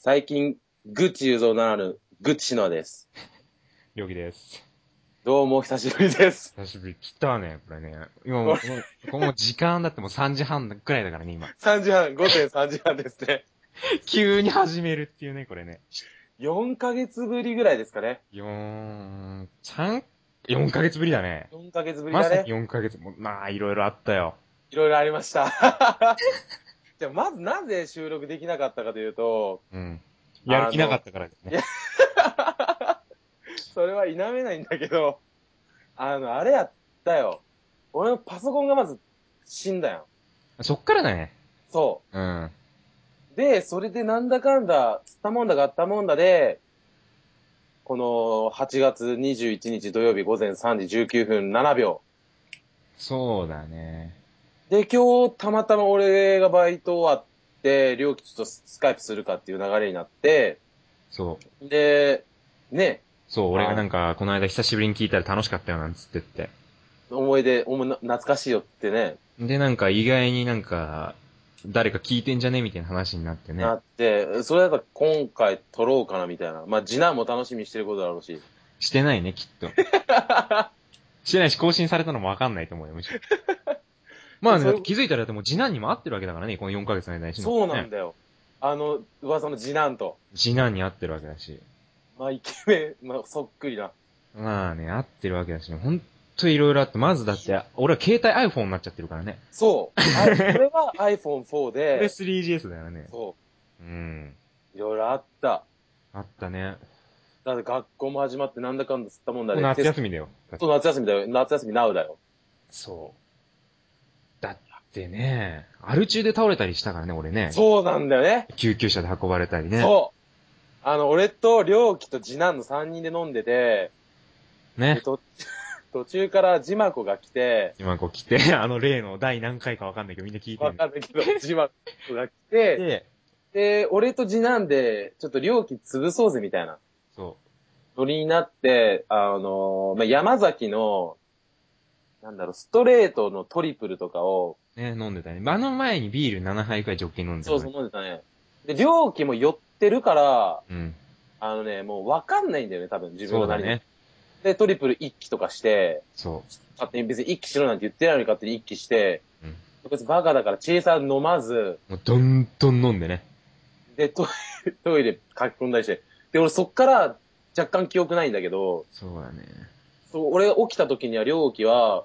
最近、グッチ雄三ならぬ、グッチシノアです。 りょうきです。 どうも、久しぶりです。 久しぶり。来たね、これね。今もう、この時間だってもう3時半くらいだからね、今。 3時半、午前3時半ですね。 急に始めるっていうね、これね。 4ヶ月ぶりぐらいですかね。 4ヶ月ぶりだね。 4ヶ月ぶりまさにだね。 4ヶ月も、まあ、いろいろあったよ。 いろいろありました。じゃあ、まずなぜ収録できなかったかというと、 うん。やる気なかあの、 ったからですね。 いや、それは否めないんだけど、あれやったよ。俺のパソコンがまず死んだよ。 そっからだね。 そうん。 う。で、それでなんだかんだ、つったもんだがあったもんだで、この8月21日土曜日午前3時19分7秒。 そうだね。 で、今日たまたま俺がバイト終わって、りょうきちとスカイプするかっていう流れになって、 そう。 で、ね、 そう、俺があ、 なんか、この間久しぶりに聞いたら楽しかったよなんつってって。 懐かしいよってね、 で、なんか意外になんか、誰か聞いてんじゃねみたいな話になってね。 なって、それだったら今回撮ろうかなみたいな。まあ、次男も楽しみにしてることだろうし。 してないね、きっと。してないし、更新されたのもわかんないと思うよ、むしろ。まあね、だってそういう、 気づいたらだってもう次男にも会ってるわけだからね、この4ヶ月の間にしの。 そうなね。 んだよ。噂の次男と。 次男に会ってるわけだし。 まあ、イケメン、まあ、そっくりな。 まあね、会ってるわけだしね。ほんといろいろあって、まずだって、俺は携帯 iPhone になっちゃってるからね。 そう。俺は iPhone4 俺で、 3GS だよね。 そうん。 う。いろいろあった。 あったね。 だって学校も始まってなんだかんだ吸ったもんだで、 もう夏テス休みだよ。 ト夏休みだよ。夏休みナウだよ。 そう。だってね、アル中で倒れたりしたからね、俺ね。 そうなんだよね。 救急車で運ばれたりね。 そう。俺と良樹と次男の3人で飲んでて、で、 ね。 途中からジマコが来て、 今こう来て、あの例の第何回かわかんないけどみんな聞いてわんの。 かんないけど、ジマコが来て、 で、 で、俺と次男で、ちょっと良樹潰そうぜみたいなそノリになって、まあ、山崎の、なんだろう、ストレートのトリプルとかを、 う。ね、飲んでたね。あの前にビール7杯くらいジョッキ飲んでたそうそうのね。 飲んでたね。で、良樹も酔ってるから、 うん。 もうわかんないんだよね、多分、自分が何飲んで。 そうだね。 で、トリプル一気とかして、 そ勝手に別に一気しろなんて言ってないのに勝手に一気して、 う。うん。 こいつバカだからチェイサー飲まず、 もうどんどん飲んでね。 で、トイレ書き込んだりして。で、俺そっから若干記憶ないんだけど、 そうだね。 そう、俺が起きた時には、良樹は、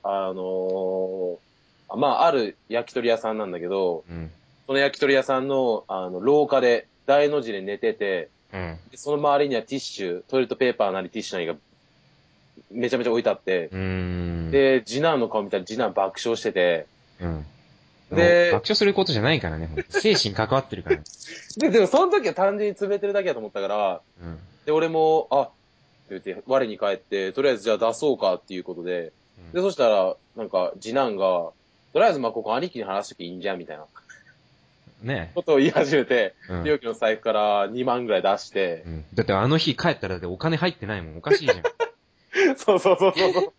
まあ、ある焼き鳥屋さんなんだけど、 うん。 その焼き鳥屋さんの、廊下で、大の字で寝てて、 うん。 でその周りにはティッシュ、トイレットペーパーなりティッシュなりがめちゃめちゃ置いてあって、 うーん。 で、次男の顔見たら次男爆笑してて、 うん。もう、爆で、 笑することじゃないからね、ほんと。精神関わってるからね。 でもその時は単純に詰めてるだけだと思ったから、 うん。 で、俺も、って言って、我に返って、とりあえずじゃあ出そうかっていうことで、で、そしたら、なんか、次男が、とりあえずまあここ兄貴に話しときゃいいんじゃんみたいなうん。ねことを言い始めて、 え。うん。 りょうきの財布から2万ぐらい出して、 うん。だってあの日帰ったらだってお金入ってないもん。おかしいじゃん。 そうそうそうそうそう。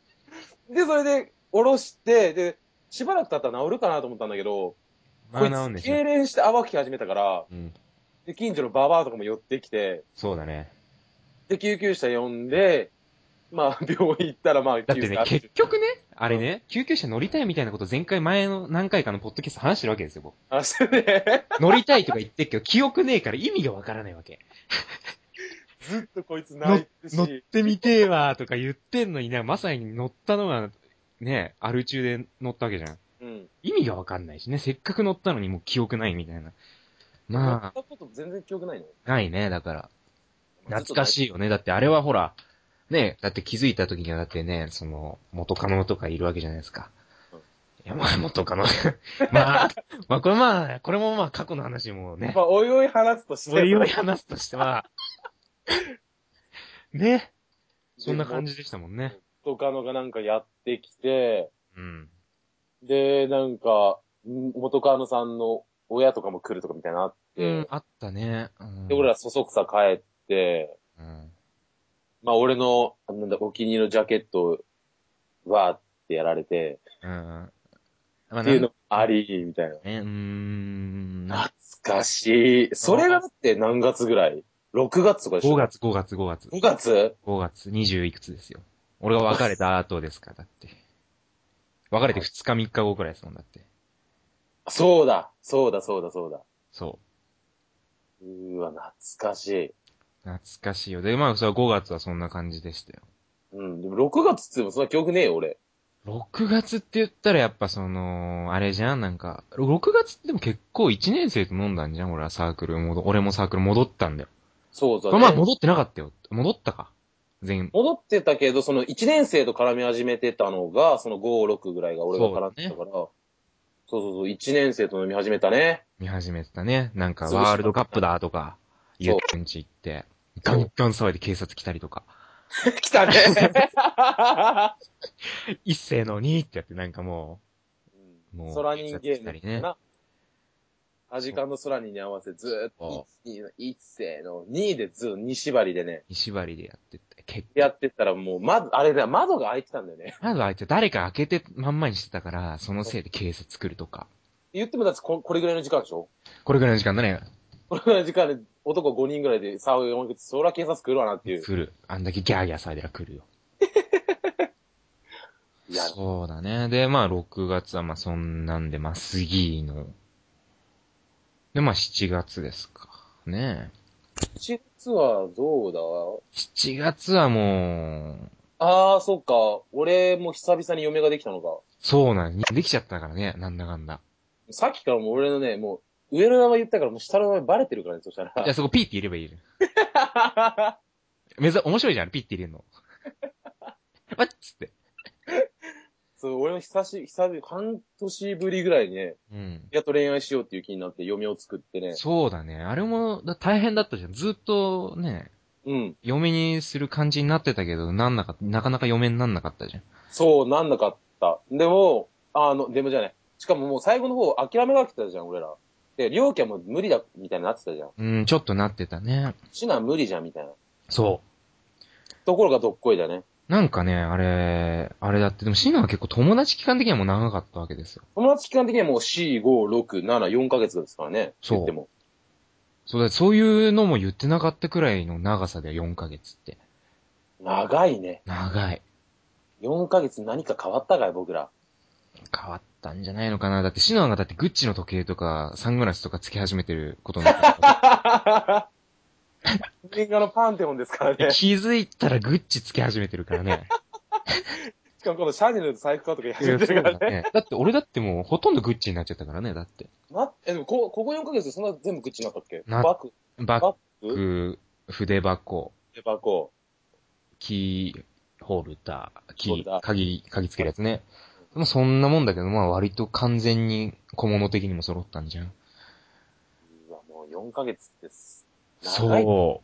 で、それで、下ろして、で、しばらく経ったら治るかなと思ったんだけど、 まあこいつ、 治んねえしな。 痙攣して泡吹き始めたから、 うん。 で、近所のババアとかも寄ってきて、 そうだね。 で、救急車呼んで、まあ、病院行ったら、まあ、 だってね、 急性アル中。 結局ね、あうん。 れね、救急車乗りたいみたいなこと前の何回かのポッドキャスト話してるわけですよ、僕。 あ、してね。 乗りたいとか言ってっけど、記憶ねえから意味がわからないわけ。 ずっとこいつ泣いてる乗っし、 てみてえわーとか言ってんのにな、まさに乗ったのが、ね、アル中で乗ったわけじゃん。 うん。 意味がわかんないしね、せっかく乗ったのにもう記憶ないみたいな。ま乗ったこと全然記憶ないの？ あ、ないね、だから。懐まあずっと泣いてかしいよね。だってあれはほら、ね、だって気づいた時にはだってね、元カノとかいるわけじゃないですか。 る。 いや、まあ、元カノ。まあ、これもまあ過去の話もね、 まあ、おいおい話すとして、 おいおい話すとしては、ね、そで、 んな感じでしたもんね。 元カノがなんかやってきて、 うん。 で、なんか、元カノさんの親とかも来るとかみたいなのあっうん、 て、 あったね。うで、 ん。 俺らそそくさ帰って、 うん。 まあ、俺の、なんだ、お気に入りのジャケット、わーってやられて、 うん。まあ、 っていうのあり、みたいな。 ね、 懐かしい。それがだって何月ぐらい？ 6 月とかでしょ？ 5月、5月、5月。 5月？ 5月、20いくつですよ。俺が別れた後ですから、だって。別れて2日3日後くらいですもん、だって。 そうだ。そうだ、そうだ、そうだ。 そう。 わ、懐かしい。 懐かしいよ。で、まあ、それは5月はそんな感じでしたよ。 うん。でも6月っつってもそんな記憶ねえよ、俺。 6月って言ったらやっぱその、あれじゃんなんか、6月ってでも結構1年生と飲んだんじゃん俺はサークル俺もサークル戻ったんだよ。 そうだこれまあね。 戻ってなかったよ。戻ったか。全、 戻ってたけど、その1年生と絡み始めてたのが、その5、6ぐらいが俺が絡んでたね。 から、そう、1年生と飲み始めたね。 見始めてたね。なんか潰しワールドカップだとか、言そうってんち行って、ガンガン騒いで警察来たりとか、 来たね。 一斉のにってやってなんかもう、もう空警察人ゲーム来たりね。 ってな。アジそう。 カンの空に合わせずーっとそ一世の2でずっと2縛りでね、 縛りでやってて、 やってったらもう、あれだ、窓が開いてたんだよね。 まずあいつ誰か開けてまんまにしてたから、そのせいで警察来るとか。 言ってもだってこれぐらいの時間でしょ？ これぐらいの時間だね。 これぐらいの時間で男5人ぐらいで騒ぎを受けて、そりゃ警察来るわなっていう。 来る。あんだけギャーギャー騒いでら来るよ。 いや、 そうだね。で、まあ6月はまあそんなんで、まあ杉の。で、まあ7月ですか。ね 7月はどうだ？ 7月はもう、 ああ、そっか。俺も久々に嫁ができたのか。 そうなんできちゃったからね。なんだかんだ。 さっきからもう俺のね、もう、上の名前言ったからもう下の名前バレてるからね、そしたいや、 ら。 そこピーって入れればいいじゃん。面白いじゃん、ピーって入れるの。わっつって。 そう、俺も久々、半年ぶりぐらいにね、 うん。 やっと恋愛しようっていう気になって嫁を作ってね。 そうだね。あれも大変だったじゃん。ずっとね、 うん。 嫁にする感じになってたけど、なかなか嫁になんなかったじゃん。 そう、なんなかった。でも、でもじゃない。しかももう最後の方諦めが来てたじゃん、俺ら。で、両家も無理だ、みたいになってたじゃん。 うん、ちょっとなってたね。 シナ無理じゃん、みたいな。 そところがどっこいだね。 う。なんかね、あれだって、でもシナは結構友達期間的にはもう長かったわけですよ。 友達期間的にはもう4、5、6、7、4ヶ月ですからね。言ってそう。 も。 そうだ、そういうのも言ってなかったくらいの長さで4ヶ月って。 長いね。 長い。 4ヶ月何か変わったかい、僕ら。 変わったんじゃないのかな。だってシノがだってグッチの時計とかサングラスとかつけ始めてることになったから。 映画のパンテオンですからね。 気づいたらグッチつけ始めてるからね。 しかもこのシャネルと財布買うとか言い始めてそうるからね。 だね。だって俺だってもうほとんどグッチになっちゃったからね、だって。 でもここ4ヶ月でそんな全部口になったっけ？ なバッグ、 バッバッググ、筆箱、 で、箱、 キーホルダー、 ホルダー。 鍵つけるやつね。もうそんなもんだけど、まあ割と完全に小物的にも揃ったんじゃん。 うわ、もう4ヶ月です。長い。 そう。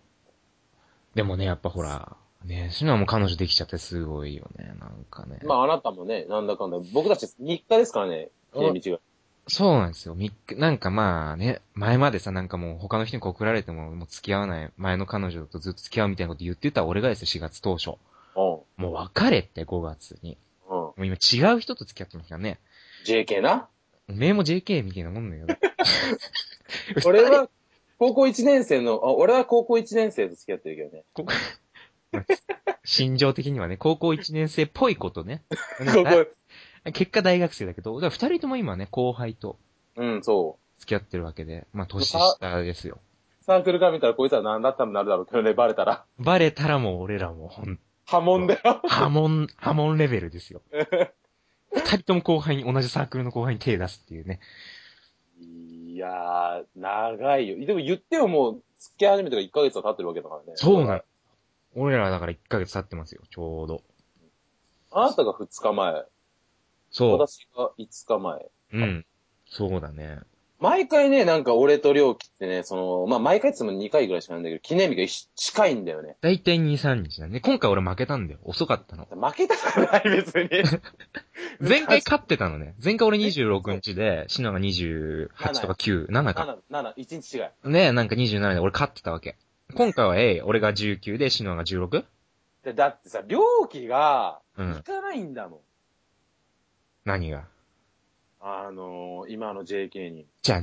でもね、やっぱほら、ね、シノはもう彼女できちゃってすごいよね、なんかね。 まああなたもね、なんだかんだ。僕たち日課ですからね、経道が。 そうなんですよ。なんかまあね、前までさ、なんかもう他の人に告られてももう付き合わない、前の彼女とずっと付き合うみたいなこと言ってた俺がですよ、4月当初。 うもう別れって5月に。 ん。うん。 もう今違う人と付き合ってますからね。 JK な。 名も JK みたいなもんだよ。 俺は、高校1年生の、俺は高校1年生と付き合ってるけどね。 こ心情的にはね、高校1年生っぽいことね。 高校、 結果大学生だけど、だから二人とも今ね、後輩とうん、そ付き合ってるわけで、まあ年さ下ですよ。 う。サークルから見たらこいつは何だったんなるだろうけどね、バレたら。 バレたらもう俺らもほん波紋だよ。 波紋レベルですよ。二人とも後輩に、同じサークルの後輩に手出すっていうね。 いやー、長いよ。でも言ってももう、付き合い始めてから1ヶ月は経ってるわけだからね。 そうなの。俺らはだから1ヶ月経ってますよ、ちょうど。 あなたが2日前。 そ私が5日前。 う。うん。そうだね。 毎回ね、なんか俺と良樹ってね、まあ毎回って言っても2回ぐらいしかないんだけど、記念日が近いんだよね。 だいたい2、3日だね。今回俺負けたんだよ。遅かったの。 負けたくない別に。 前回勝ってたのね。前回俺26日で、シノが28とか9、7か。 7、1日違い。 ねなんか27で俺勝ってたわけ。今回は俺が19で、シノが 16? だってさ、良樹が、 うん。 行かないんだもん。 何が今の JK に。 じゃあね、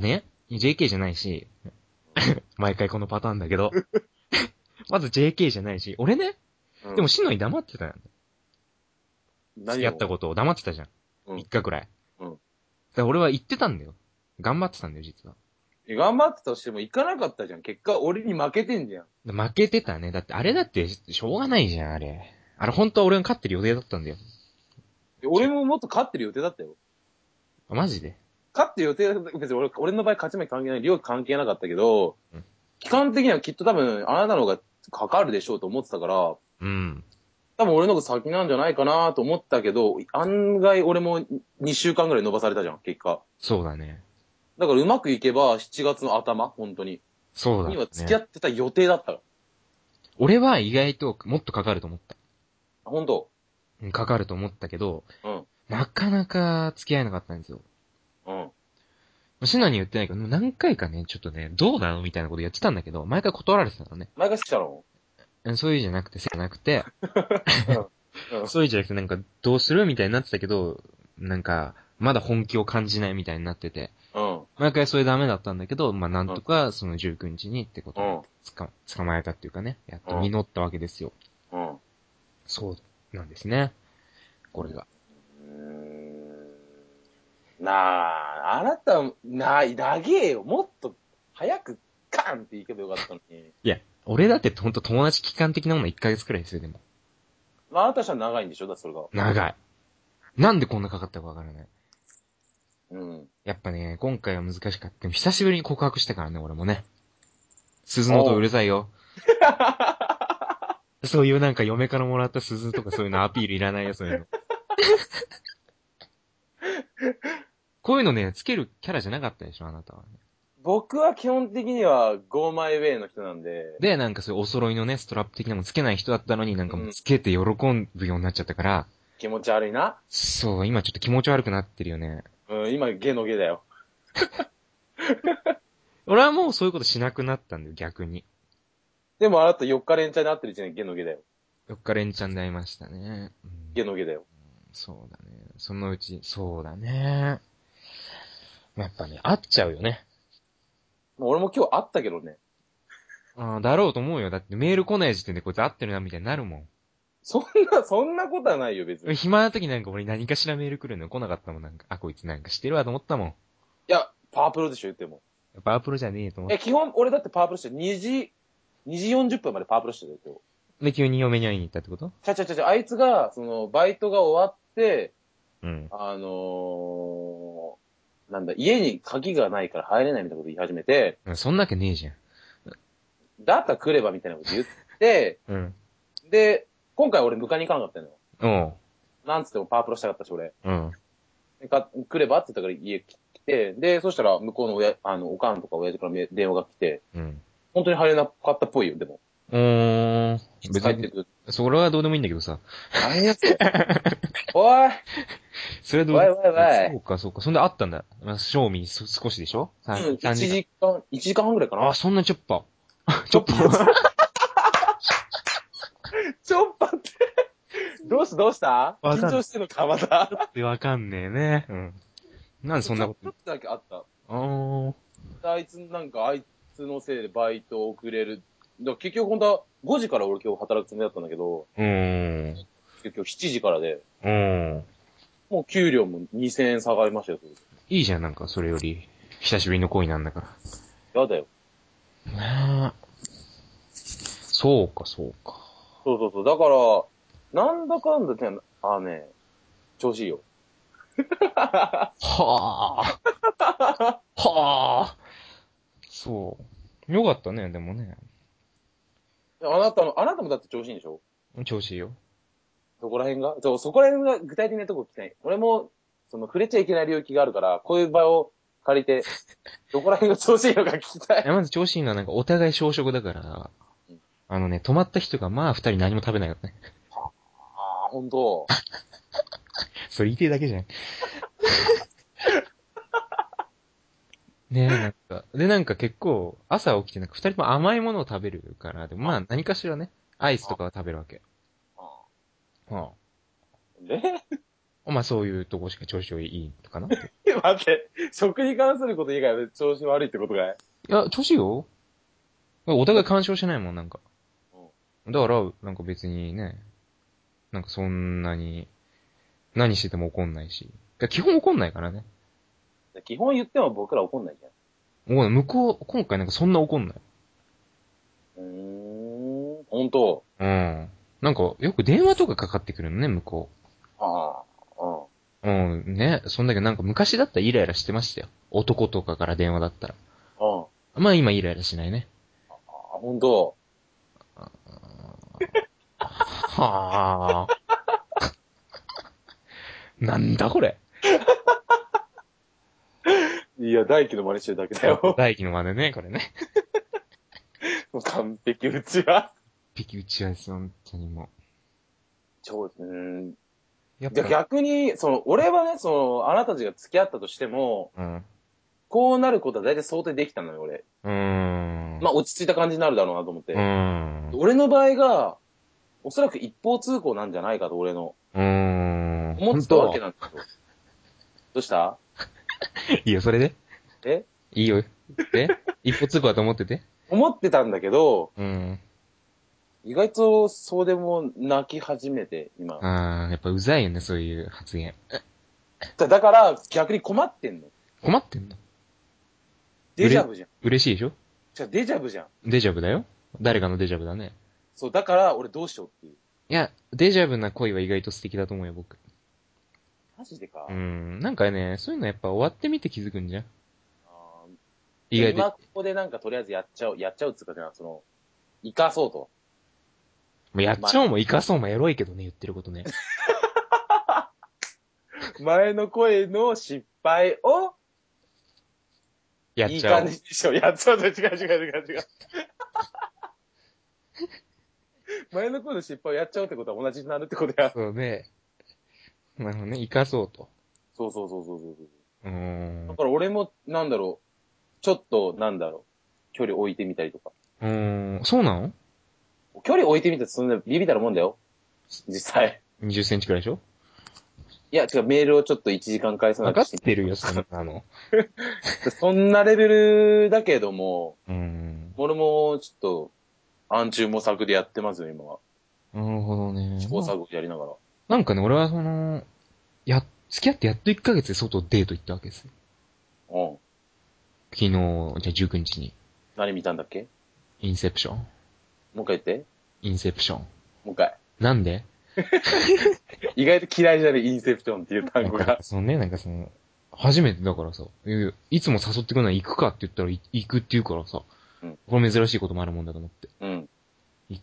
JK じゃないし、毎回このパターンだけど、まず JK じゃないし、俺ね、 うん、 でもしのに黙ってたよ。付き合何をったことを黙ってたじゃん。 うん。 3日くらい。 うん。 だから俺は言ってたんだよ。頑張ってたんだよ、実は。 頑張ってたとしても行かなかったじゃん。結果、俺に負けてんじゃん。 負けてたね。だってあれだってしょうがないじゃん、あれ。あれ本当は俺が勝ってる予定だったんだよ。 俺ももっと勝ってる予定だったよ。 あマジで。 勝ってる予定だった。別に俺の場合勝ち負け関係ない。量関係なかったけど、 うん、 期間的にはきっと多分、あなたの方がかかるでしょうと思ってたから、 うん。 多分俺の方が先なんじゃないかなと思ったけど、案外俺も2週間ぐらい伸ばされたじゃん、結果。 そうだね。 だからうまくいけば7月の頭、本当に。 そうだには付き合ね。 ってた予定だったから。 俺は意外ともっとかかると思った。 本当。 うんかかると思ったけど、 うん。 なかなか付き合えなかったんですよ。 うん。 シナに言ってないけど、何回かね、ちょっとね、どうなのみたいなことやってたんだけど、毎回断られてたのね。 前が好きたの？ そういうじゃなくて、そうじゃなくて、 うん。 そういうじゃなくてなんか、どうするみたいになってたけど、なんか、まだ本気を感じないみたいになってて、 うん。 毎回それダメだったんだけど、まあなんうん。 とかその19日にってことうん。 捕まえたっていうかね、やっとうん。 実ったわけですよ。 うん。 そうなんですね。これが。 なあ、あなた、長えよ。もっと早くカンって行けばよかったのに。 いや、俺だってほんと友達期間的なもの1ヶ月くらいですよ、でも。 まあ、あなたしたら長いんでしょだってそれが。 長い。なんでこんなかかったかわからない。 うん。 やっぱね、今回は難しかった。でも久しぶりに告白したからね、俺もね。鈴の音うおう。 るさいよ。そういうなんか嫁からもらった鈴とかそういうのアピールいらないよ、そういうの。こういうのね、つけるキャラじゃなかったでしょ、あなたはね。 僕は基本的には Go My Way の人なんで、 で、なんかそういうお揃いのね、ストラップ的なもんつけない人だったのになんかもううん。 つけて喜ぶようになっちゃったから、 気持ち悪いな。 そう、今ちょっと気持ち悪くなってるよね。 うん、今、ゲのゲだよ。 俺はもうそういうことしなくなったんだよ、逆に。 でもあなた4日連チャンになってる時点でゲのゲだよ。 4日連チャンで会いましたね。うん、 ゲのゲだよ。 そうだね。そのうち、そうだね。やっぱね、会っちゃうよね。 まあ俺も今日会ったけどね。 ああ、だろうと思うよ。だってメール来ない時点でこいつ会ってるなみたいになるもん。 そんなことはないよ、別に。い暇な時なんか俺何かしらメール来るの来なかったもん。なんか、あ、こいつなんかしてるわと思ったもん。 や、パワープロでしょ、言っても。 パワープロじゃねえと思って。 基本、俺だってパワープロして2時40分までパワープロしてたよ、今日。 で、急に嫁に会いに行ったってこと？ あいつが、バイトが終わって、 うん。 なんだ、家に鍵がないから入れないみたいなこと言い始めて、 そんなわけねえじゃん。 だったら来ればみたいなこと言って、 うん。 で、今回俺迎えに行かなかったのよ。 おう。 なんつってもパワープロしたかったし、俺。 うん。 で来ればって言ったから家来て、で、そしたら向こうのおかんとか親父から電話が来て、 うん。 本当に入れなかったっぽいよ、でも。 別に、 帰ってくる。 それはどうでもいいんだけどさ。 何やつおいそれはどうおいおいでもいい。 おい。 そうか、そうか。そんで会ったんだ。まあ、賞味少しでしょ？ うん、 3 1 時間。 時間、1時間半ぐらいかあ、 な。 そんなちょっぱ。ちちょっょっぱ。 ちょっと待って。どうしたわかんない。 緊張してんのか、また。 わかんねえね。うん。なんでそんなこと。 ちょっとだけあった。 ああいつあいつのせいでバイト遅れる。だから結局本当は5時から俺今日働くつもりだったんだけど、結局7時からで、 うん。 もう給料も2000円下がりましたよ、それで。 いいじゃん、なんか、それより。久しぶりの恋なんだかやだよ。 ら。ねえ。そうか、そうか。 そう。だから、なんだかんだね、調子いいよ。 はあ。はあ。そう。よかったね、でもね。 あなたもだって調子いいんでしょ？ 調子いいよ。 そこら辺がそこら辺が具体的なとこ聞きたい。俺も、触れちゃいけない領域があるから、こういう場を借りて、どこら辺が調子いいのか聞きたい。 まず調子いいのはなんかお互い小食だから、泊まった人がまあ二人何も食べないよね。 ああ、ほんと。 それ言いてえだけじゃん。ねえ、なんか。で、なんか結構、朝起きてなんか二人とも甘いものを食べるから、でもまあ何かしらね、アイスとかは食べるわけ。 あはで、 あ。 まあそういうとこしか調子いいのかなって。 待って、食に関すること以外は調子悪いってことかい？ いや、調子いいよ。お互い干渉しないもん、なんか。 うだから、なんか別にね、なんかそんなに、何してても怒んないし。基本怒んないからね。 ん。基本言っても僕ら怒んないじゃ怒んない。向こう、今回なんかそんな怒んない。 本当？ うん。なんか、よく電話とかかかってくるのね、向こああ、 う。うん、ね。そんだけなんか昔だったらイライラしてましたよ。男とかから電話だったら。 うん。 まあ今イライラしないね。 あ、本当？ はあ。なんだこれ。 いや、大輝の真似してるだけだよ。 大輝の真似ね、これね。 もう完璧うちは。 一匹打ち合わせ、本当にもそうですね。 う。やっじゃあぱ、 逆に、俺はね、あなたたちが付き合ったとしても、 うん。 こうなることは大体想定できたのよ、俺。 うーん。 まあ、落ち着いた感じになるだろうなと思っうーて。 ん。 俺の場合が、おそらく一方通行なんじゃないかと、俺の。 うーん。 思ってたわけ本当。 なんですよ。どうした？ いいよ、それで。 えいいよ。で、一歩通行だと思ってて。 思ってたんだけど、 うん。 意外とそうでも泣き始めて、今。 あー、やっぱうざいよね、そういう発言。 だから逆に困ってんの。 困ってんの？ デジャブじゃん。 嬉しいでしょ？ じゃあデジャブじゃん。 デジャブだよ。誰かのデジャブだね。 そう、だから俺どうしようっていう。 いや、デジャブな恋は意外と素敵だと思うよ、僕。 マジでか？ なんかね、そういうのやっぱ終わってみて気づくんじゃん。 あー意外と。 今ここでなんかとりあえずやっちゃうっつうかね、生かそうと。 もうやっま、 ちゃおうも生かそうもエロいけどね、言ってることね。 前の声の失敗を、いいやっちゃおう。 感じにしよう。やっちゃうと違う違う違う違う。前の声の失敗をやっちゃうってことは同じになるってことや。 そうね。なるほどね、生かそうと。 そうそうそうそうそう。 うーん。 だから俺も、ちょっと、距離置いてみたりとか。 そうなの？ 距離置いてみたらそんなビビたるもんだよ。実際。 20 センチくらいでしょ？ いや、違う、メールをちょっと1時間返さなわかっくしててるよ、そんなの。 そんなレベルだけども、 うーん。 俺もちょっと、暗中模索でやってますよ、今は。 なるほどね。まあ、 試行錯誤やりながら。 なんかね、俺は付き合ってやっと1ヶ月で外デート行ったわけですよ。 うん。 昨日、じゃあ19日に、 何見たんだっけ？ インセプション。 もう一回言って。 インセプション。 もう一回。 なんで？ 意外と嫌いじゃねインセプションっていう単語が。 なんか初めてだからさ、いつも誘ってくるのは行くかって言ったら行くって言うからさ、 うん。 これ珍しいこともあるもんだと思って。 うん。 行って、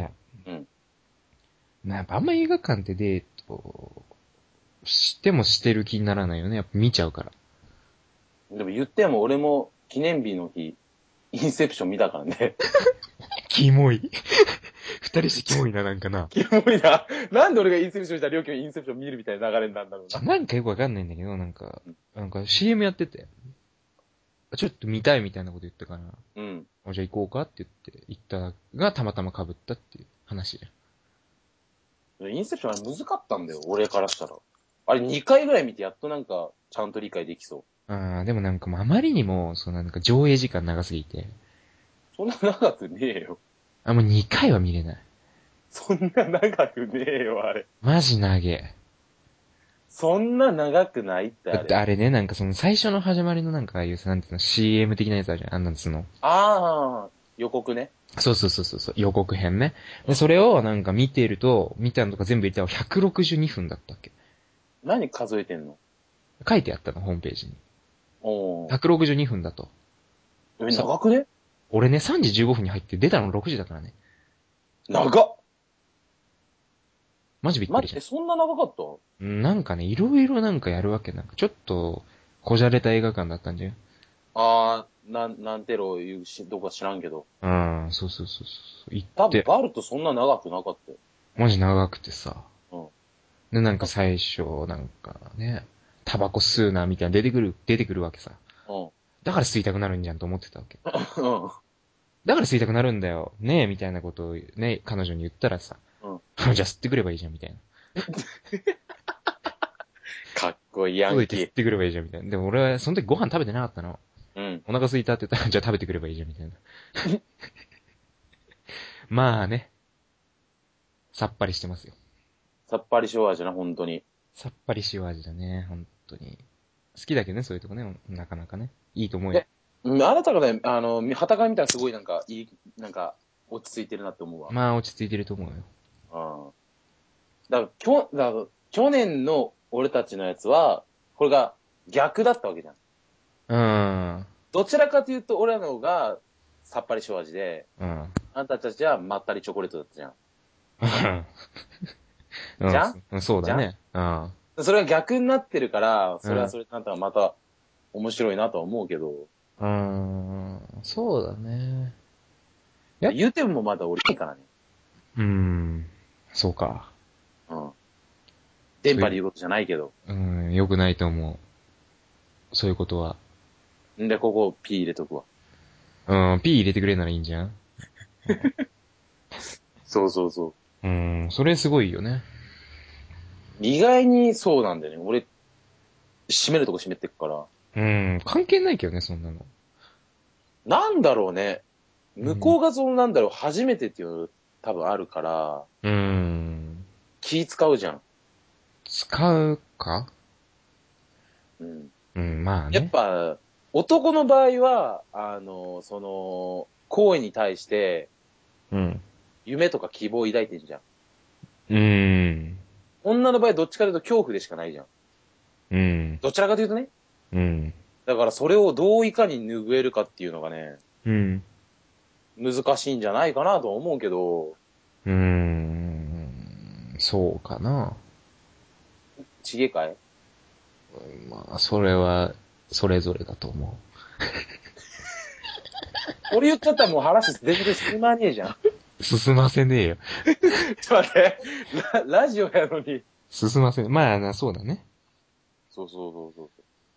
うん。 やっぱあんま映画館ってデート、してもしてる気にならないよね。やっぱ見ちゃうから。 でも言っても俺も記念日の日、インセプション見たからね。 キモい。二人してキモいな、なんかな。 キモいな。なんで俺がインセプションしたら両家もインセプション見るみたいな流れになるんだろうな。 なんかよくわかんないんだけど、なんか CM やってて、ちょっと見たいみたいなこと言ったから、 うん。 じゃあ行こうかって言って、行ったがたまたま被ったっていう話じインセプションあれ難かったんだよ、俺からしたら。あれ2回ぐらい見てやっとちゃんと理解できそう。 ゃん。でもなんかもうあまりにも、なんか上映時間長すぎて、 そんな長くねえよ。 もう2回は見れない。 そんな長くねえよ、あれ。 マジ長え。 そんな長くないってだあれ。 ってあれね、なんか最初の始まりのなんかああいうさ、なんていうの、CM 的なやつあるじゃん。あんなんつうの。 ああ、予告ね。 そう、予告編ね。で、それをなんか見たのとか全部入れたら162分だったっけ？ 何数えてんの？ 書いてあったの、ホームページに。 おー。 162分だと。さ、 長くね？ 俺ね、3時15分に入って出たの6時だからね。 長っ。 マジびっく待って、 りじゃそんな長かった？ ん。なんかね、いろいろなんかやるわけ。なんかちょっと、こじゃれた映画館だったんじゃん。 なんてろ言うどこか知らんけど。 うん、そう。行っ多分、 て、 バルトそんな長くなかったよ。 マジ長くてさ。 うん。 で、なんか最初、なんかね、タバコ吸うな、みたいな出てくるわけさ。 うん。 だから吸いたくなるんじゃんと思ってたわけ。 うん。 だから吸いたくなるんだよ。ねえ、みたいなことをね、彼女に言ったらさ。 うん。 じゃあ吸ってくればいいじゃん、みたいな。 ごいヤン届いてキー。 吸ってくればいいじゃんみたいな。でも俺はその時ご飯食べてなかったの。 うん。 お腹空いたって言ったら、じゃあ食べてくればいいじゃんみたいな。まあね、さっぱりしてますよ。 さっぱり塩味な、本当に。 さっぱり塩味だね、本当に。好きだけどね、そういうとこね、なかなかね。いいと思うよ。 え、あなたがね、旗から見たらすごいなんか、なんか、落ち着いてるなって思うわ。 まあ落ち着いてると思うよ。 うん。だから去年の俺たちのやつは、これが逆だったわけじゃん。 うーん。 どちらかというと、俺らの方がさっぱり塩味で、 うん。 あんたたちはまったりチョコレートだったじゃん。 うん。 じゃんうん、そうじゃんだね。うん。 それが逆になってるから、それはうん。 それでなんかまた面白いなとは思うけど、 うーん。そうだね。やっ、 言うてもまだ俺いいからね。 そうか。 うん。電そういう、 波で言うことじゃないけど。 良くないと思う。そういうことは。 んで、ここ P 入れとくわ。 P 入れてくれるならいいんじゃん。 そうそうそう。 それすごいよね。 意外にそうなんだよね。俺、閉めるとこ閉めてくから。 関係ないけどね、そんなの。 なんだろうね。 うん。 向こうがそのなんだろう、初めてっていうの多分あるから、 うーん。 気使うじゃん。 使うか。 うん。やっまあね。 ぱ、男の場合は、行為に対して、 うん。 夢とか希望を抱いてんじゃん。 うーん。 女の場合どっちかというと恐怖でしかないじゃん。 うん。 どちらかというとね。 うん。 だからそれをどういかに拭えるかっていうのがね、 うん。 難しいんじゃないかなと思うけど、 そうかな。 ちげかいまあ、それは、それぞれだと思俺言っちゃったらもう話全然進まねえじゃん。 う。進ませねえよ。 ちょっと待って、ラジオやのに。 進ませねえ。まあな、そうだね。 そうそうそうそう。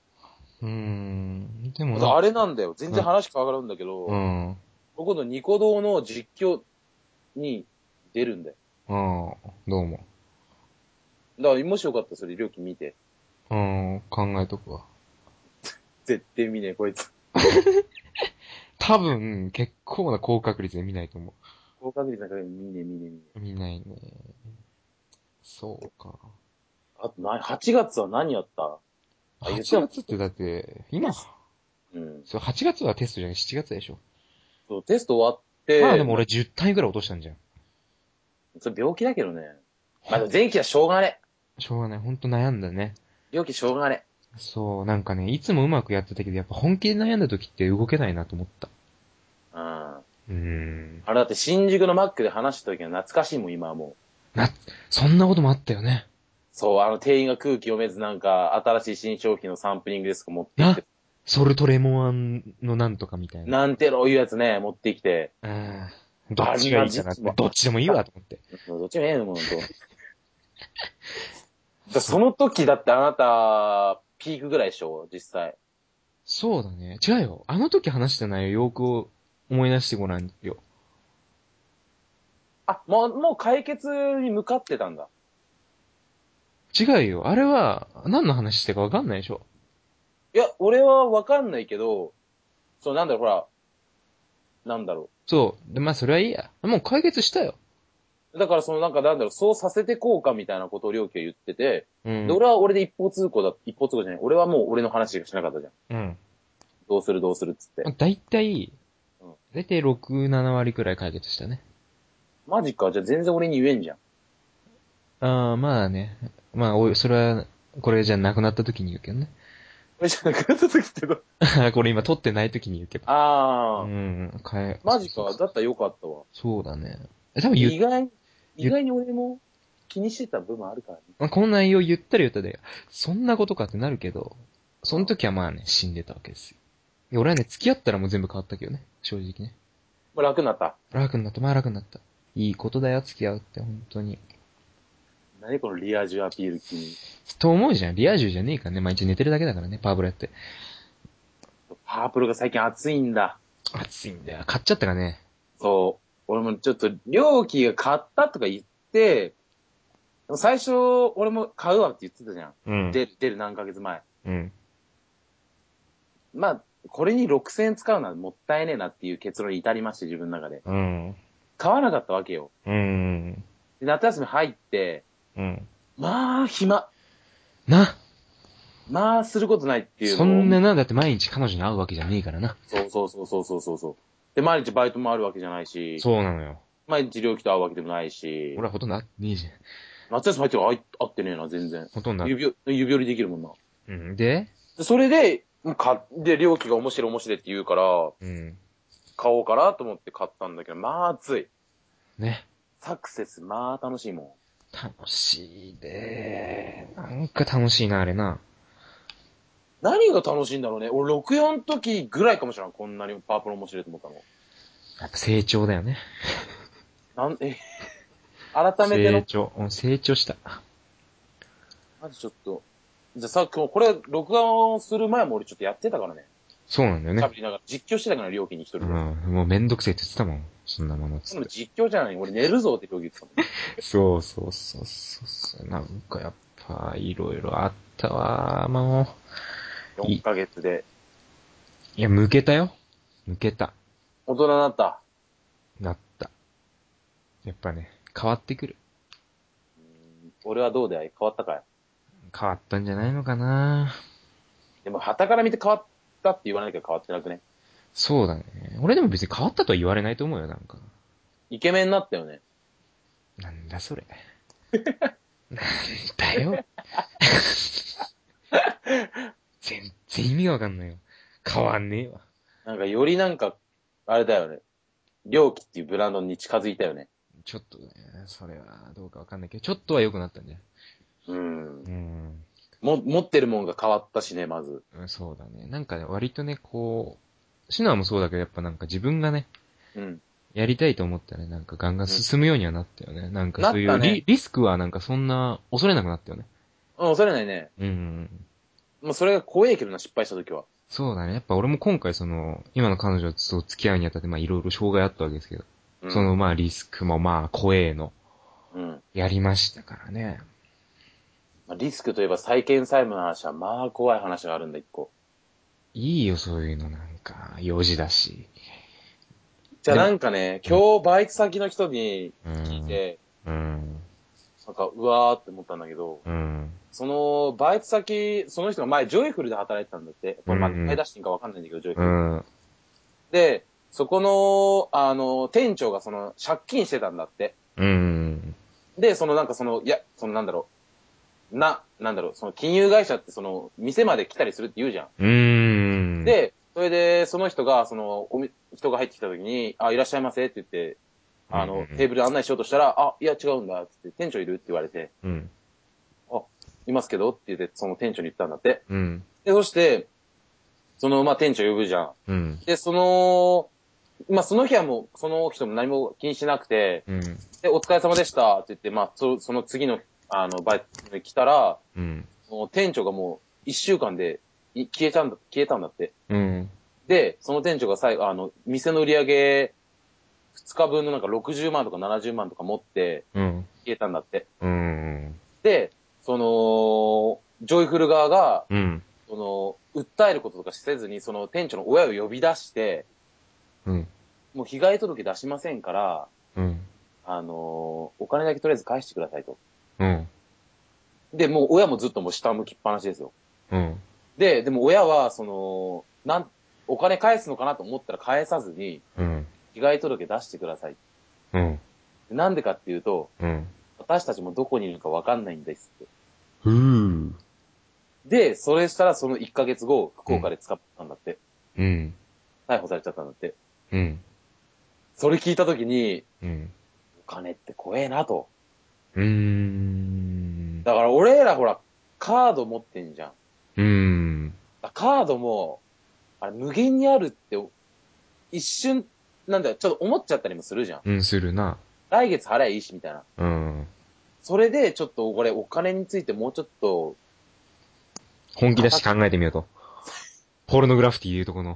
でもなんか、 あとあれなんだよ。全うん、 然話変わるんだけうど、 ん、 僕のニコ動の実況に出るんだよ。 うん、どうも。 だからもしよかったらそれ料金見て。 考えとくわ。 絶対見ねえ、こいつ。 多分、結構な高確率で見ないと思高確率なんか見ねえ見ねえ見ねえ。 う。見ないね。そうか。 あと8月は何やったあ、言って 8 も、 月ってだって、今、 うん。 そう、8月はテストじゃない、7月でしょ。 そう、テスト終わって、 まあでも俺10単位ぐらい落としたんじゃん。 それ病気だけどね。まあでも前期はしょうがねしょうがない。ほんと悩んだね。 え。病気しょうがねそう、なんかね、いつもうまくやってたけど、やっぱ本気で悩んだ時って動けないなと思った。 え。うん。あうーん。 れだって新宿のマックで話した時は懐かしいもん、今はもう。 な、そんなこともあったよね。 そう、店員が空気読めずなんか、新しい新商品のサンプリングですか持ってきな、 て、 ソルトレモンのなんとかみたいな。 なんてろいうやつね、持ってきて、 どっちがいいかなって、どっちでもいいわと思って。 どっちもええのもんと。その時だってあなた、ピークぐらいでしょ、実際。 そうだね。違うよ。あの時話した内容よく思い出してごらんよ。 あ、もう解決に向かってたんだ。 違うよ。あれは、何の話してかわかんないでしょ。 いや、俺はわかんないけど、そう、なんだろう、ほら、なんだろそう。で、まあそれはいいや。もう解決したよ。 う。だからなんかなんだろう、そうさせてこうかみたいなことを両家は言ってて、で、 うん。 俺は俺で一方通行じゃない。俺はもう俺の話しかしなかったじゃん。 うん。 どうするどうするっつって。 だいたい、 うん。 だいたい6、7割くらい解決したね。 マジか、じゃあ全然俺に言えんじゃん。 まあね。まあ、それは、これじゃなくなった時に言うけどね。 これじゃなくなった時ってどうこれ今撮ってない時に言うけど。 あー、マジか、 そうそうそう。 だったらよかったわ。 そうだね。多分意外に俺も気にしてた部分あるからね。 まあこの内容言ったら言ったで、そんなことかってなるけど、そのうん。 時はまあね、死んでたわけですよ。いや俺はね、付き合ったらもう全部変わったけどね。正直ね。 もう楽になった。 楽になった、まあ楽になった。いいことだよ、付き合うって、本当に。 何このリア充アピール君。 と思うじゃん。リア充じゃねえからね。毎日寝てるだけだからね、パワーブラやって。 パープルが最近熱いんだ。 暑いんだよ。買っちゃったからね。 そう。俺もちょっと、良気が買ったとか言って、 も最初、俺も買うわって言ってたじゃん。 うん。 出る何ヶ月前。 うん。 まあ、これに6000円使うのはもったいねえなっていう結論に至りまして、自分の中で。 うん。 買わなかったわけよ。 うん。 で夏休み入って、 うん。 まあ、暇。 な。 まあ、することないっていうそのを、 んなな、だって毎日彼女に会うわけじゃねえからな。 そう。で、毎日バイトもあるわけじゃないし、 そうなのよ。 毎日猟奇と会うわけでもないし、 俺はほとんど会ってねえじゃん。 夏休み入ってから会ってねえな、全然。 ほとんど指折りできるもんな。 うん。で、 でそれで、で、猟奇が面白いって言うから、 うん。 買おうかなと思って買ったんだけど、まあ、熱い。 ね。 サクセス、まあ、楽しいも楽しいでなんか楽しいな、あれな。 ん。何が楽しいんだろうね。俺、64の時ぐらいかもしれん。こんなにパワープロ面白いと思ったの。 やっぱ成長だよね。 改めての、 成長した。 まずちょっと、じゃあさ、今日これ、録画をする前も俺ちょっとやってたからね。 そうなんだよね。 喋りながら、実況してたから、料金に一人うん。 で。 もうめんどくせえって言ってたもん。そんなものっつでもって。 実況じゃない。俺寝るぞって料金言ってたもん。 そう。なんかやっぱ、いろいろあったわ。もう。 4ヶ月で。 いや、向けたよ。向けた。 大人になった。 なった。やっぱね、変わってくる。 俺はどうだい変わったかい？ 変わったんじゃないのかな。 でも、旗から見て変わったって言わなきゃ変わってなくね？ そうだね。俺でも別に変わったとは言われないと思うよ、なんか。 イケメンになったよね。 なんだそれ。なんだよ。全然意味がわかんないよ。変わんねえわ。 なんか、よりなんか、あれだよね。料金っていうブランドに近づいたよね。 ちょっとね、それはどうかわかんないけど、ちょっとは良くなったんじゃん。 うん。 うん。 持ってるもんが変わったしね、まず。 そうだね。なんかね、割とね、こう、シノアもそうだけど、やっぱなんか自分がね、 うん。 やりたいと思ったらね、なんかガンガンうん。 進むようにはなったよね。なんかなそういうったね。 リスクはなんかそんな恐れなくなったよね。 うん、恐れないね。 うん。 もうそれが怖いけどな、失敗した時は。 そうだね。やっぱ俺も今回今の彼女と付き合うにあたってまあいろいろ障害あったわけですけど、 うん。 まあリスクもまあ怖えの、 うん。 やりましたからね。 まあ、リスクといえば債権債務の話は、まあ怖い話があるんだ、一個。 いいよ、そういうのなんか、用事だし。 じゃあでも、 なんかね、 うん、 今日バイト先の人にうん、 聞いて、 うん、 なんか、うわーって思ったんだけど、 うん、 その、バイト先、その人が前、ジョイフルで働いてたんだって。 うこれ、まあ、名前ん、 出していいかわかんないんだけど、ジョイフル。 うん、 で、そこの、店長が借金してたんだって。 うん、 で、いや、なんだろその金融会社って店まで来たりするって言うじゃん。 うん、 で、それで、その人が、人が入ってきた時に、あ、いらっしゃいませって言って、 うん、 テーブル案内しようとしたら、あ、いや、違うんだ、つって、店長いるって言われて、 うん、 あ、いますけどって言って、その店長に言ったんだって。 うん、 で、そして、まあ、店長呼ぶじゃん。 うん、 で、まあ、その日はもう、その人も何も気にしなくて、 うん、 で、お疲れ様でしたって言って、まあ、その次の、バイトに来たら、 うん、 もう店長がもう、一週間で消えたんだって。 うん、 で、その店長が最後、店の売り上げ、二日分のなんか60万とか70万とか持ってうん、 消えたんだって。 うん、 で、ジョイフル側が、 うん、 訴えることとかせずに、その店長の親を呼び出して、 うん、 もう被害届出しませんから、 うん、 お金だけとりあえず返してくださいと。 うん、 で、もう親もずっともう下向きっぱなしですよ。 うん、 でも親は、お金返すのかなと思ったら返さずに、 うん、 被害届出してください。 うん、 なんでかっていうと、 うん、 私たちもどこにいるかわかんないんですって。 ふぅ、 で、それしたらその1ヶ月後、福うん、 岡で捕まったんだって。 うん、 逮捕されちゃったんだって。 うん、 それ聞いたときに、 うん、 お金って怖えなと。 うーん、 だから俺らほら、カード持ってんじゃん。 うーん、 カードも、あれ無限にあるって一瞬、なんだよ、ちょっと思っちゃったりもするじゃん。 うん、するな。 来月払えばいいし、みたいな。 うん。 それで、ちょっとこれお金についてもうちょっと、 本気出して考えてみようと。ポルノグラフィティ言うとこの、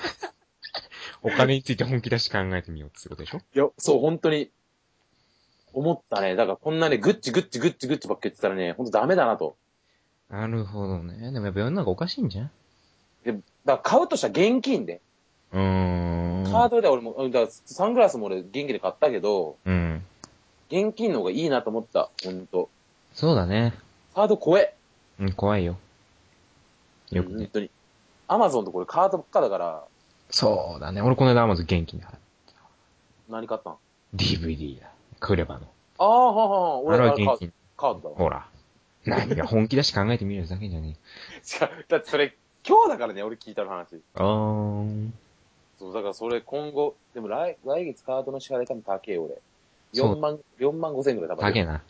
お金について本気出して考えてみようってことでしょ？ いや、そう、本当に、 思ったね。だからこんなね、グッチグッチグッチグッチばっか言ってたらね、ほんとダメだなと。 なるほどね。でもやっぱ世の中おかしいんじゃん。 で、だから買うとしたら現金で。 うーん。 カードで俺も、だからサングラスも俺現金で買ったけど、 うん。 現金の方がいいなと思った。ほんと。 そうだね。 カード怖え。 うん、怖いよ。 うん、 よくね。 本当に。アマゾンとこれカードばっかだから、 そうだね。俺この間アマゾン現金で払った。 何買ったん？ DVD だ。クレバの。 ああ、ははは、俺、 あれはあれ現金。 カードだわ。 ほら。何が本気出して考えてみるやつだけじゃね違う。だってそれ、今日だからね、俺聞いたの話。 え。ん。 そう、だからそれ今後、でも来月カードの支払い多分高え、俺。 そう。 4万5千円くらい多分。 高えな。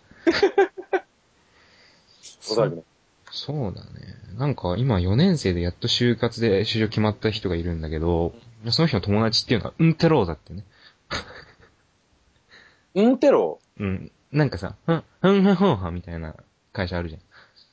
おそらくね。 そうだね。なんか今4年生でやっと就活で就職決まった人がいるんだけど、その人の友達っていうのはうんてろうだってね。 うんてろうん。なんかさ、ふんみたいな会社あるじゃん。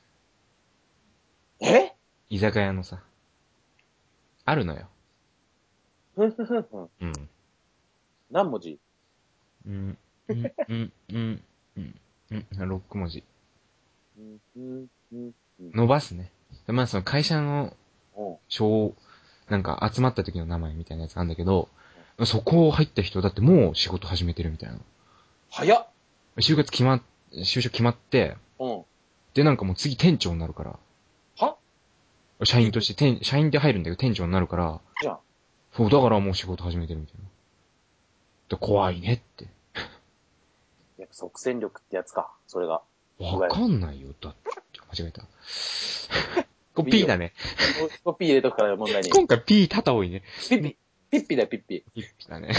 え居酒屋のさ。あるのよ。 ふんふんふんふん。 うん。 何文字？ うん、うん、うん、うん、うん、うん、6文字。 うん、うん、うん、うん。 伸ばすね。まあその会社のうんなんか集まった時の名前みたいなやつなんだけど、そこ入った人だってもう仕事始めてるみたいな。 早っ。 就職決まって、 うん。 でなんかもう次店長になるから、 は社員として社員で入るんだけど店長になるから、 じゃん。 そう、だからもう仕事始めてるみたいな。で怖いねって。 やっぱ即戦力ってやつか。それが。 わかんないよ。だって、間違えた。これいい P よ。 だね。 コピー入れとくから問題に。 今回 P 多々多いね。 ピッピ。ピッピだよ、ピッピ。 ピッピだね。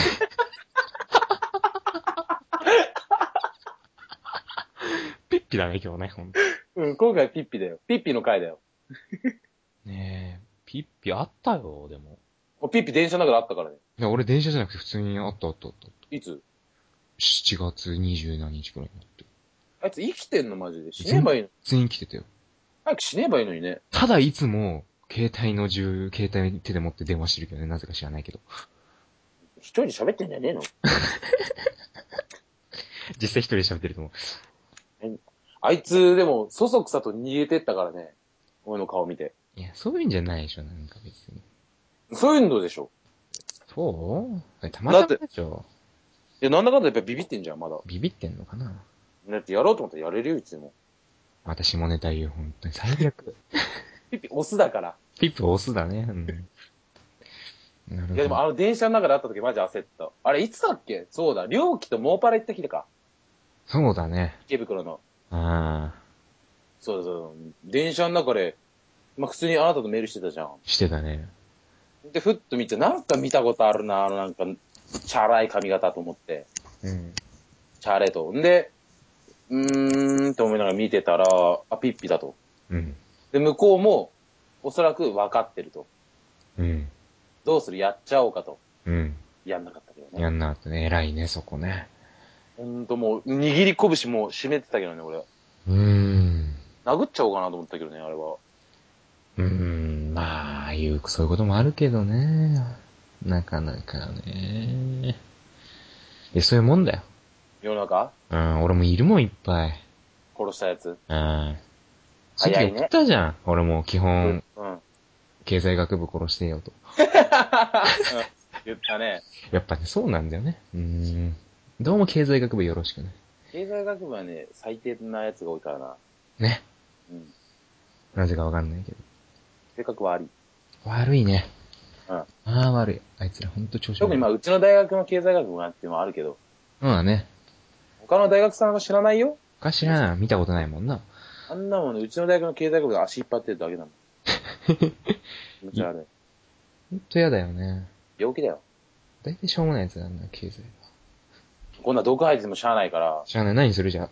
ピッピだね、今日ね、ほんと。 うん、今回ピッピだよ。ピッピの回だよ。 ねえ、ピッピあったよ、でも。 もうピッピ電車の中であったからね。 いや、俺電車じゃなくて普通にあった。 いつ？ 7月27日くらいになって。 あいつ生きてんのマジで。死ねばいいの。 全員来てたよ。 早く死ねばいいのにね。 ただいつも、携帯手で持って電話してるけどね、なぜか知らないけど。 一人で喋ってんじゃねえの？ 実際一人で喋ってると思あいつ、でも、そそくさと逃げてったからね。俺の顔見て。 う。いや、そういうんじゃないでしょ、なんか別に。 そういうのでしょ。 そうたまたまでしょ。 いや、なんだかんだやっぱビビってんじゃん、まだ。 ビビってんのかな。 だってやろうと思ったらやれるよ、いつでも。 また下ネタ言う、本当に最悪。 ピッピ、オスだから。 ピップ押すだね。うん。なるほど。 いや、でも電車の中で会った時マジ焦った。あれ、いつだっけ？そうだ、両機とモーパラ行った日か。 そうだね。 池袋の。 ああ、 そうだそうだ。電車の中で、まあ、普通にあなたとメールしてたじゃん。 してたね。 で、ふっと見て、なんか見たことあるな、なんか、チャラい髪型と思って。 うん。 チャーレと。んで、と思いながら見てたら、あ、ピッピだと。 うん。 で、向こうも、おそらく分かってると。 うん。 どうする？やっちゃおうかと。 うん。 やんなかったけどね。 やんなかったね。偉いね、そこね。 ほんともう、握り拳もう締めてたけどね、俺。 ん。 殴っちゃおうかなと思ったけどね、あれは。 まあ、そういうこともあるけどね。なかなかね。そういうもんだよ。 世の中うん、俺もいるもん、いっぱい。 殺したやつ。 うん。さっき送っ早いね。 たじゃん。俺も基本、 うん。 経済学部殺してよと。 言ったね。 やっぱね、そうなんだよね。どうも経済学部よろしくね。 経済学部はね、最低なやつが多いからな。 ね。 うん。 なぜかわかんないけど。 性格悪い。 悪いね。 うん。 ああ、悪い。あいつらほんと調子悪い。 特にまあ、うちの大学の経済学部がっていうのはあるけど、 そうだね。 他の大学さんは知らないよ。 かしら見たことないもんな。 あんなもんね、うちの大学の経済学部で足引っ張ってるだけなの。気持ち悪い。 ほんとやだよね。 病気だよ。 だいたいしょうもないやつなんだ、経済は。 こんな毒吐いててもしゃあないから、 しゃあない。何するじゃん。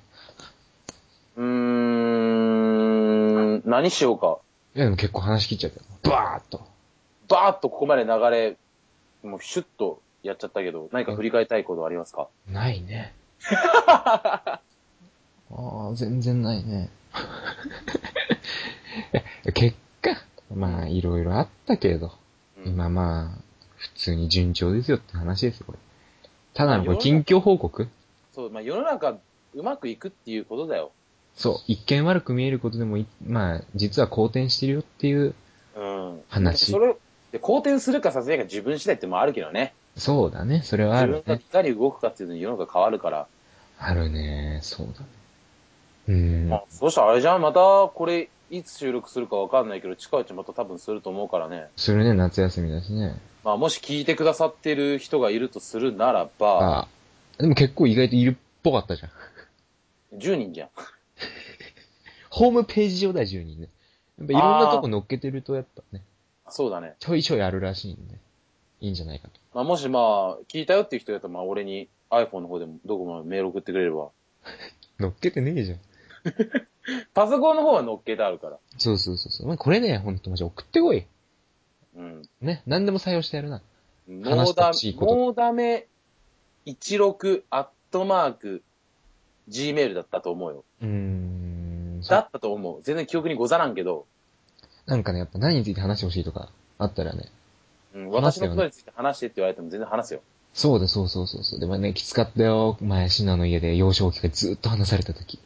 何しようか。 いやでも結構話切っちゃったよ。バーッと。 バーッとここまで流れ、もうシュッとやっちゃったけど、何か振り返りたいことはありますか？ ないね。ああ、全然ないね。結果、まあ、いろいろあったけど、今まあ、普通に順調ですよって話ですよ、これ。ただのこれ近況報告？ そう、まあ世の中うまくいくっていうことだよ。 そう。一見悪く見えることでもまあ、実は好転してるよっていううん。で、 話。 好転するかさせないか自分次第ってもあるけどね。 そうだね。それはあ自るね。 分がいかに動くかっていうのに世の中変わるから。 あるね。そうだね。 まあ、そしたらあれじゃんまた、これ、いつ収録するかわかんないけど、近いうちまた多分すると思うからね。 するね、夏休みだしね。 まあ、もし聞いてくださってる人がいるとするならば、 ああ。でも結構意外といるっぽかったじゃん。 10人じゃん。 ホームページ上では10人ね。やっぱいろんなとこあ乗っけてるとやっぱね、 あ、そうだね。 ちょいちょいあるらしいんで、いいんじゃないかと。 まあ、もしまあ、聞いたよっていう人やったら、まあ、俺に iPhone の方でもどこもメール送ってくれれば。 乗っけてねえじゃん。 パソコンの方は乗っけてあるから。 そうそうそうそう。まあ、これね、ほんとマジ送ってこい。 うん。 ね、何でも採用してやるな。話してほしいこと。 ノーダメ16アットマーク Gmail だったと思うよ。だったと思う。全然記憶にござらんけど、 なんかね、やっぱ何について話してほしいとかあったらね、 うん、私話してよね。 のことについて話してって言われても全然話すよ。 そうだ、そうそうそうそう。でもね、きつかったよ。前、シナの家で幼少期からずっと話された時。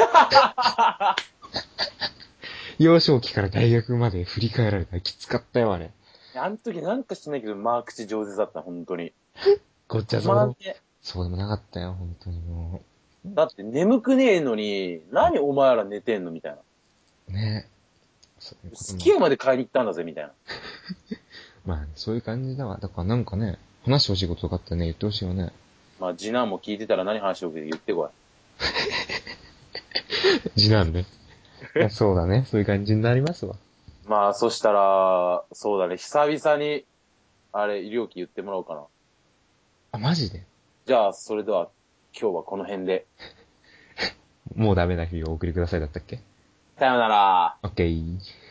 幼少期から大学まで振り返られた。きつかったよ、あれ。 あの時なんか知んないけど、マークチ上手だった、本当に。 ごっちゃたそうだ。 まんね。 そうでもなかったよ、本当にもだって眠くねえのに、何お前ら寝てんのみたいな。 う。ね。そういうことも。 スキヤまで買いに行ったんだぜ、みたいな。 まあ、そういう感じだわ。だからなんかね、話してほしいこととかあってね、言ってほしいよね。 まあ、次男も聞いてたら何話しておくか言ってこい。 次男ね。いや、そうだね。そういう感じになりますわ。 まあ、そしたら、そうだね、久々に、あれ、医療費言ってもらおうかな。 あ、マジでじゃあ、それでは、今日はこの辺で。 もうダメな日をお送りくださいだったっけ？ さようなら。 オッケー。